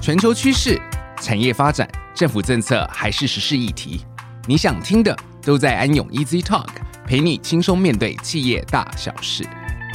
全球趋势、产业发展、政府政策还是时事议题，你想听的都在安永 Easy Talk， 陪你轻松面对企业大小事。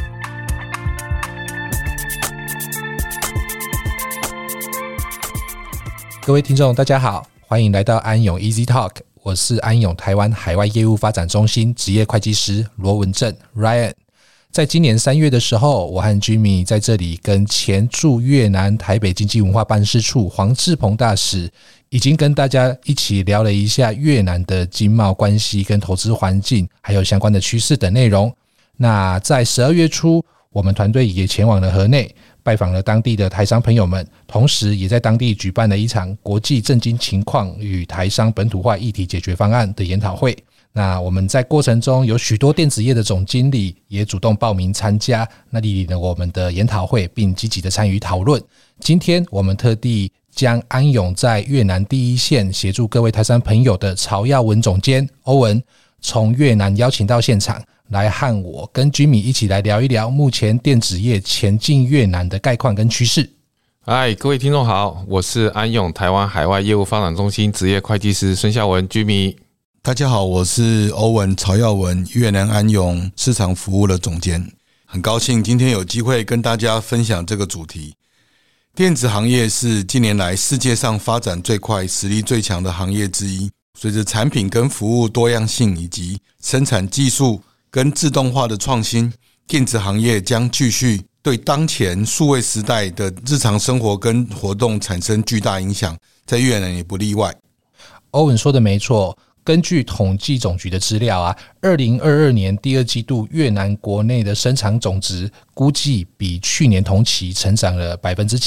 各位听众大家好，欢迎来到安永 Easy Talk， 我是安永台湾海外业务发展中心职业会计师罗文正 Ryan。 在今年3月的时候，我和 Jimmy 在这里跟前驻越南台北经济文化办事处黄志鹏大使已经跟大家一起聊了一下越南的经贸关系跟投资环境还有相关的趋势等内容。那在12月初，我们团队也前往了河内，拜访了当地的台商朋友们，同时也在当地举办了一场国际政经情况与台商本土化议题解决方案的研讨会。那我们在过程中有许多电子业的总经理也主动报名参加，那莅临了我们的研讨会，并积极的参与讨论。今天我们特地将安永在越南第一线协助各位台商朋友的曹耀文总监欧文从越南邀请到现场，来和我跟 Jimmy 一起来聊一聊目前电子业前进越南的概况跟趋势。 嗨，各位听众好，我是安永台湾海外业务发展中心职业会计师孙孝文 Jimmy。 大家好，我是欧文曹耀文，越南安永市场服务的总监。很高兴今天有机会跟大家分享这个主题。电子行业是近年来世界上发展最快、实力最强的行业之一。随着产品跟服务多样性以及生产技术跟自动化的创新，电子行业将继续对当前数位时代的日常生活跟活动产生巨大影响，在越南也不例外。 欧文说的没错，根据统计总局的资料2022年第二季度越南国内的生产总值估计比去年同期成长了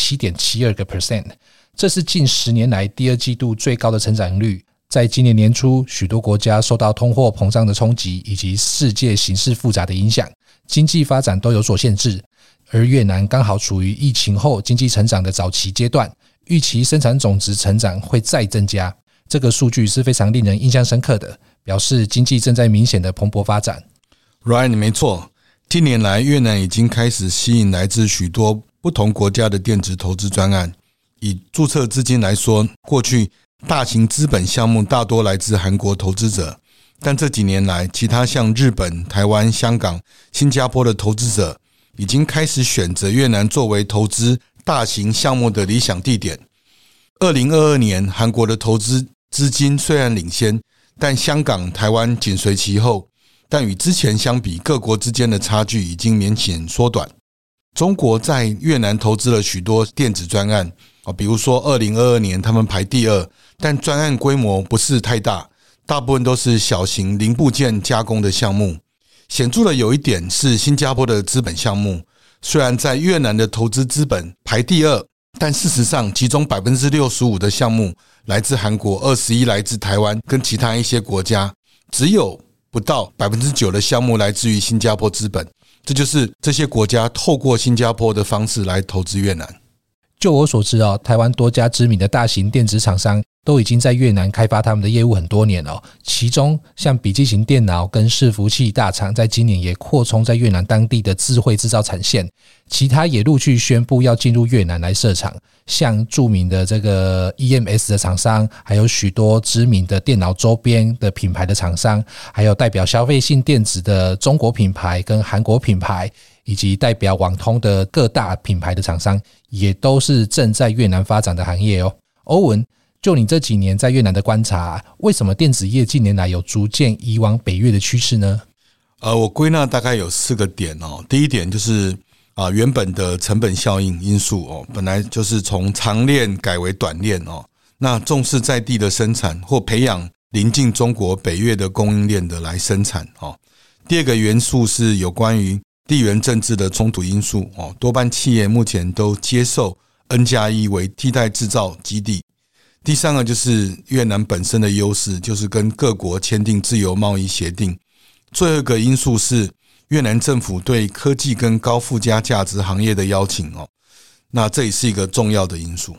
7.72%， 这是近10年来第二季度最高的成长率。在今年年初，许多国家受到通货膨胀的冲击以及世界形势复杂的影响，经济发展都有所限制，而越南刚好处于疫情后经济成长的早期阶段，预期生产总值成长会再增加。这个数据是非常令人印象深刻的，表示经济正在明显的蓬勃发展。 Ryan 没错，近年来越南已经开始吸引来自许多不同国家的电子投资专案。以注册资金来说，过去大型资本项目大多来自韩国投资者，但这几年来，其他像日本、台湾、香港、新加坡的投资者已经开始选择越南作为投资大型项目的理想地点。2022年，韩国的投资资金虽然领先，但香港、台湾紧随其后，但与之前相比，各国之间的差距已经明显缩短。中国在越南投资了许多电子专案，比如说2022年他们排第2，但专案规模不是太大，大部分都是小型零部件加工的项目。显著的有一点是新加坡的资本项目，虽然在越南的投资资本排第2，但事实上其中 65% 的项目来自韩国， 21% 来自台湾跟其他一些国家，只有不到 9% 的项目来自于新加坡资本。这就是这些国家透过新加坡的方式来投资越南。 就我所知台湾多家知名的大型电子厂商都已经在越南开发他们的业务很多年了，其中像笔记型电脑跟伺服器大厂在今年也扩充在越南当地的智慧制造产线，其他也陆续宣布要进入越南来设厂，像著名的这个 EMS 的厂商，还有许多知名的电脑周边的品牌的厂商，还有代表消费性电子的中国品牌跟韩国品牌，以及代表网通的各大品牌的厂商，也都是正在越南发展的行业哦。欧文，就你这几年在越南的观察，为什么电子业近年来有逐渐移往北越的趋势呢？ 我归纳大概有4个点第一点就是原本的成本效应因素本来就是从长链改为短链那重视在地的生产或培养邻近中国北越的供应链的来生产第二个元素是有关于地缘政治的冲突因素多半企业目前都接受 N+1 为替代制造基地。第三个就是越南本身的优势，就是跟各国签订自由贸易协定。最后一个因素是越南政府对科技跟高附加价值行业的邀请那这也是一个重要的因素。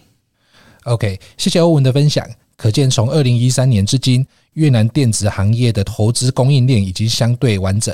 OK， 谢谢欧文的分享。可见从2013年至今，越南电子行业的投资供应链已经相对完整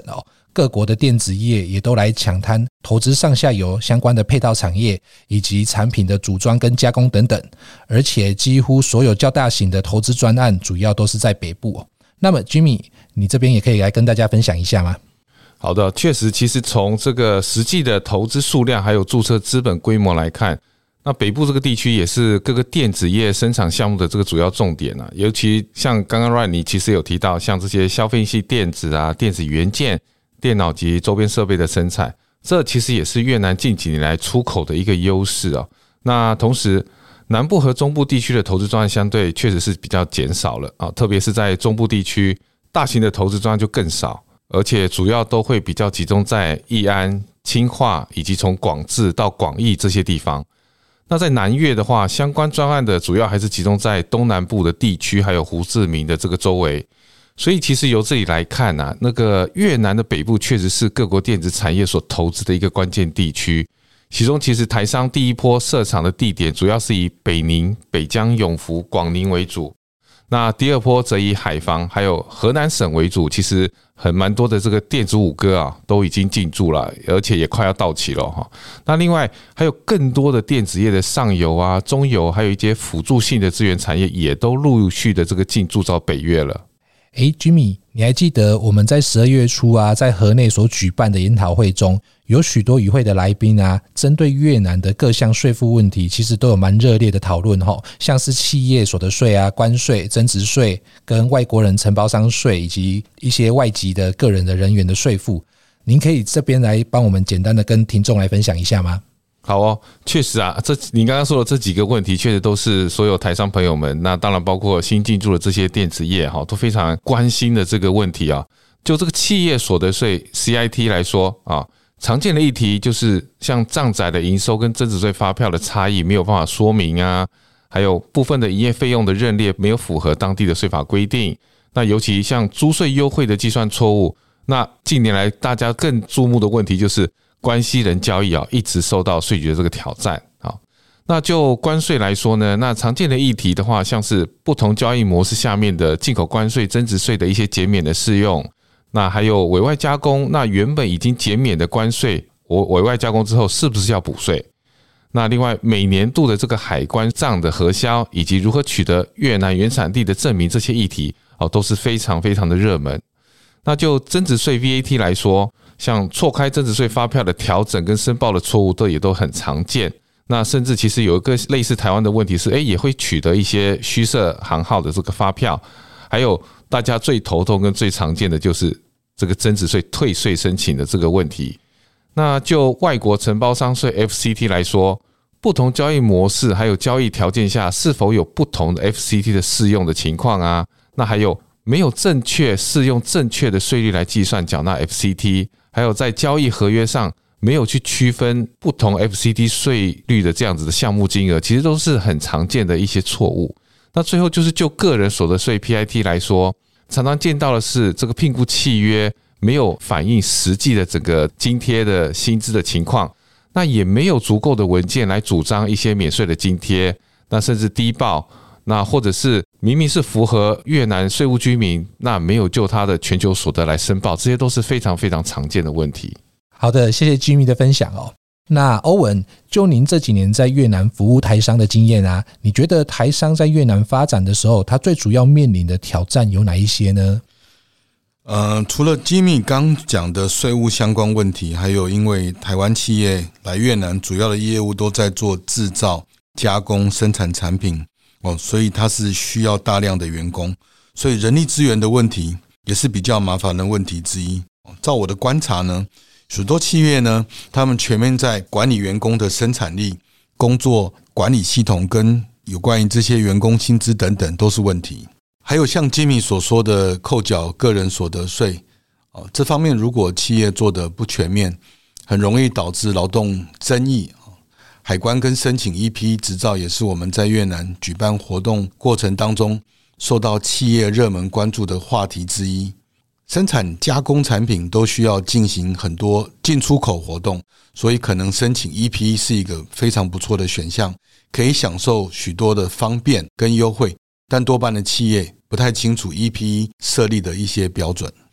各国的电子业也都来抢滩投资上下游相关的配套产业以及产品的组装跟加工等等，而且几乎所有较大型的投资专案主要都是在北部。那么 Jimmy 你这边也可以来跟大家分享一下吗？ 好的，确实，其实从这个实际的投资数量还有注册资本规模来看，那北部这个地区也是各个电子业生产项目的这个主要重点啊。尤其像刚刚 Ryan 你其实有提到，像这些消费性电子啊、电子元件、电脑及周边设备的生产，这其实也是越南近几年来出口的一个优势啊。那同时，南部和中部地区的投资专案相对确实是比较减少了啊，特别是在中部地区，大型的投资专案就更少。而且主要都会比较集中在义安、清化以及从广治到广义这些地方。那在南越的话，相关专案的主要还是集中在东南部的地区，还有胡志明的这个周围。所以其实由这里来看啊，那个越南的北部确实是各国电子产业所投资的一个关键地区。其中其实台商第一波设厂的地点主要是以北宁、北江、永福、广宁为主。那第二波则以海防还有河南省为主，其实蛮多的这个电子五哥啊都已经进驻了，而且也快要到期了哈。那另外还有更多的电子业的上游啊、中游，还有一些辅助性的资源产业也都陆续的这个进驻到北越了。 Jimmy 你还记得我们在12月初啊，在河内所举办的研讨会中，有许多与会的来宾啊，针对越南的各项税负问题，其实都有蛮热烈的讨论齁，像是企业所得税啊、关税、增值税跟外国人承包商税，以及一些外籍的个人的人员的税负。您可以这边来帮我们简单的跟听众来分享一下吗？ 好哦，确实啊，你刚刚说的这几个问题，确实都是所有台商朋友们，那当然包括新进驻的这些电子业都非常关心的这个问题啊。就这个企业所得税 CIT 来说啊，常见的议题就是像账载的营收跟增值税发票的差异没有办法说明啊，还有部分的营业费用的认列没有符合当地的税法规定。那尤其像租税优惠的计算错误，那近年来大家更注目的问题就是关系人交易一直受到税局的这个挑战。那就关税来说呢，那常见的议题的话，像是不同交易模式下面的进口关税、增值税的一些减免的适用，那还有委外加工，那原本已经减免的关税，我委外加工之后是不是要补税？那另外每年度的这个海关账的核销，以及如何取得越南原产地的证明，这些议题都是非常非常的热门。那就增值税 VAT 来说，像错开增值税发票的调整跟申报的错误，这也都很常见。那甚至其实有一个类似台湾的问题是，也会取得一些虚设行号的这个发票，还有大家最头痛跟最常见的就是这个增值税退税申请的这个问题。那就外国承包商税 FCT 来说，不同交易模式还有交易条件下是否有不同的 FCT 的适用的情况啊？那还有没有正确适用正确的税率来计算缴纳 FCT， 还有在交易合约上没有去区分不同 FCT 税率的这样子的项目金额，其实都是很常见的一些错误。那最后就是就个人所得税 PIT 来说，常常见到的是这个聘雇契约没有反映实际的整个津贴的薪资的情况，那也没有足够的文件来主张一些免税的津贴，那甚至低报，那或者是明明是符合越南税务居民，那没有就他的全球所得来申报，这些都是非常非常常见的问题。 好的，谢谢 Jimmy 的分享哦。那欧文，就您这几年在越南服务台商的经验啊，你觉得台商在越南发展的时候，他最主要面临的挑战有哪一些呢？ 除了 Jimmy 刚讲的税务相关问题，还有因为台湾企业来越南主要的业务都在做制造、加工、生产产品所以它是需要大量的员工，所以人力资源的问题也是比较麻烦的问题之一。照我的观察呢，许多企业呢，他们全面在管理员工的生产力、工作管理系统跟有关于这些员工薪资等等都是问题。还有像 Jimmy 所说的扣缴个人所得税，这方面如果企业做得不全面，很容易导致劳动争议。海关跟申请 EP 执照也是我们在越南举办活动过程当中受到企业热门关注的话题之一。生产加工产品都需要进行很多进出口活动，所以可能申请 EP 是一个非常不错的选项，可以享受许多的方便跟优惠，但多半的企业不太清楚 EP 设立的一些标准。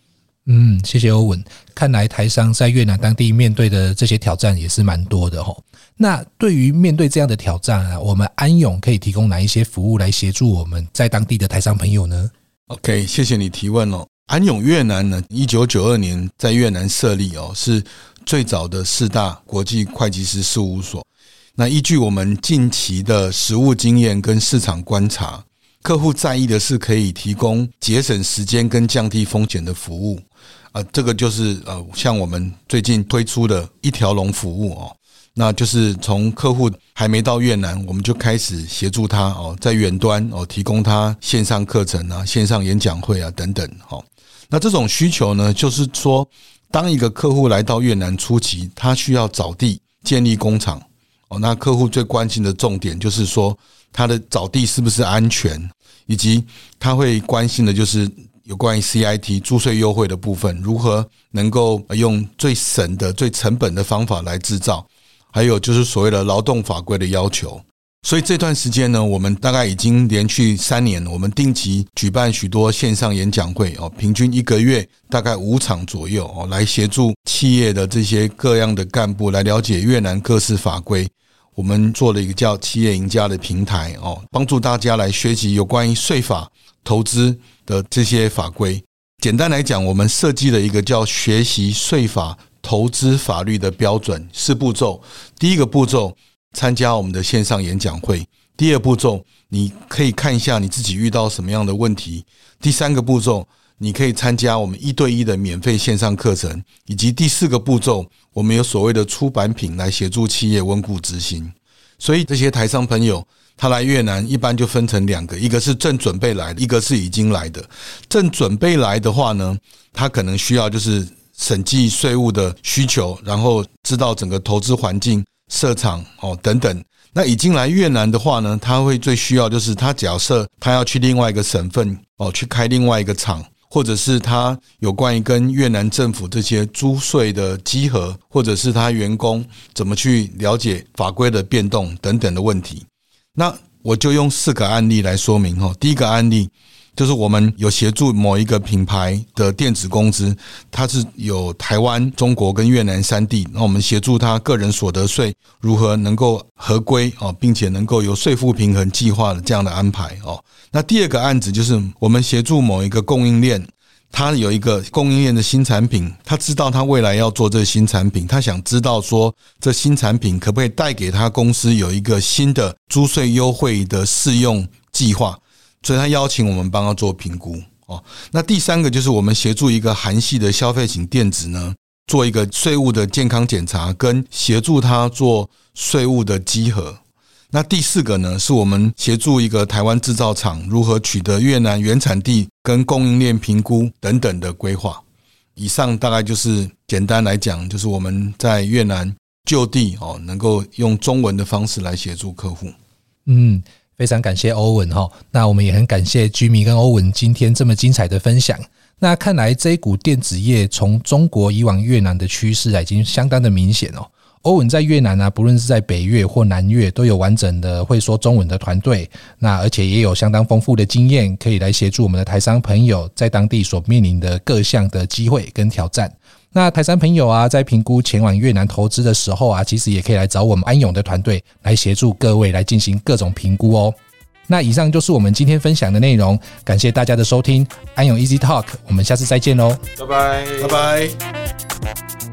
谢谢欧文。看来台商在越南当地面对的这些挑战也是蛮多的齁。那对于面对这样的挑战啊，我们安永可以提供哪一些服务来协助我们在当地的台商朋友呢？ OK， 谢谢你提问哦。安永越南呢，1992年在越南设立哦，是最早的4大国际会计师事务所。那依据我们近期的实务经验跟市场观察，客户在意的是可以提供节省时间跟降低风险的服务。这个就是像我们最近推出的一条龙服务哦。那就是从客户还没到越南，我们就开始协助他哦，在远端哦提供他线上课程啊、线上演讲会啊等等哦。那这种需求呢，就是说，当一个客户来到越南初期，他需要找地建立工厂哦。那客户最关心的重点就是说，他的找地是不是安全，以及他会关心的就是有关于 CIT 租税优惠的部分，如何能够用最省的、最成本的方法来制造。还有就是所谓的劳动法规的要求。所以这段时间呢，我们大概已经连续3年，我们定期举办许多线上演讲会哦，平均1个月大概5场左右哦，来协助企业的这些各样的干部来了解越南各式法规。我们做了一个叫企业赢家的平台哦，帮助大家来学习有关于税法、投资的这些法规。简单来讲，我们设计了一个叫学习税法投资法律的标准4步骤。第一个步骤，参加我们的线上演讲会。第二步骤，你可以看一下你自己遇到什么样的问题。第3个步骤，你可以参加我们1对1的免费线上课程。以及第4个步骤，我们有所谓的出版品来协助企业温故知新。所以这些台商朋友他来越南一般就分成2个，一个是正准备来的，一个是已经来的。正准备来的话呢，他可能需要就是审计税务的需求，然后知道整个投资环境、设厂等等。那已经来越南的话呢，他会最需要就是他假设他要去另外一个省份去开另外一个厂，或者是他有关于跟越南政府这些租税的稽核，或者是他员工怎么去了解法规的变动等等的问题。那我就用4个案例来说明。第一个案例就是我们有协助某一个品牌的电子公司，它是有台湾、中国跟越南3地，那我们协助他个人所得税如何能够合规并且能够有税负平衡计划的这样的安排。那第二个案子就是我们协助某一个供应链，他有一个供应链的新产品，他知道他未来要做这个新产品，他想知道说这新产品可不可以带给他公司有一个新的租税优惠的适用计划，所以他邀请我们帮他做评估。那第3个就是我们协助一个韩系的消费型电子呢，做一个税务的健康检查，跟协助他做税务的稽核。那第4个呢，是我们协助一个台湾制造厂如何取得越南原产地跟供应链评估等等的规划。以上大概就是简单来讲，就是我们在越南就地能够用中文的方式来协助客户。 非常感谢欧文。那我们也很感谢 Jimmy 跟欧文今天这么精彩的分享。那看来这一股电子业从中国移往越南的趋势已经相当的明显哦。欧文在越南不论是在北越或南越都有完整的会说中文的团队，那而且也有相当丰富的经验，可以来协助我们的台商朋友在当地所面临的各项的机会跟挑战。那台商朋友在评估前往越南投资的时候其实也可以来找我们安永的团队来协助各位来进行各种评估哦。那以上就是我们今天分享的内容，感谢大家的收听，安永 Easy Talk， 我们下次再见喽， 拜拜， 拜拜。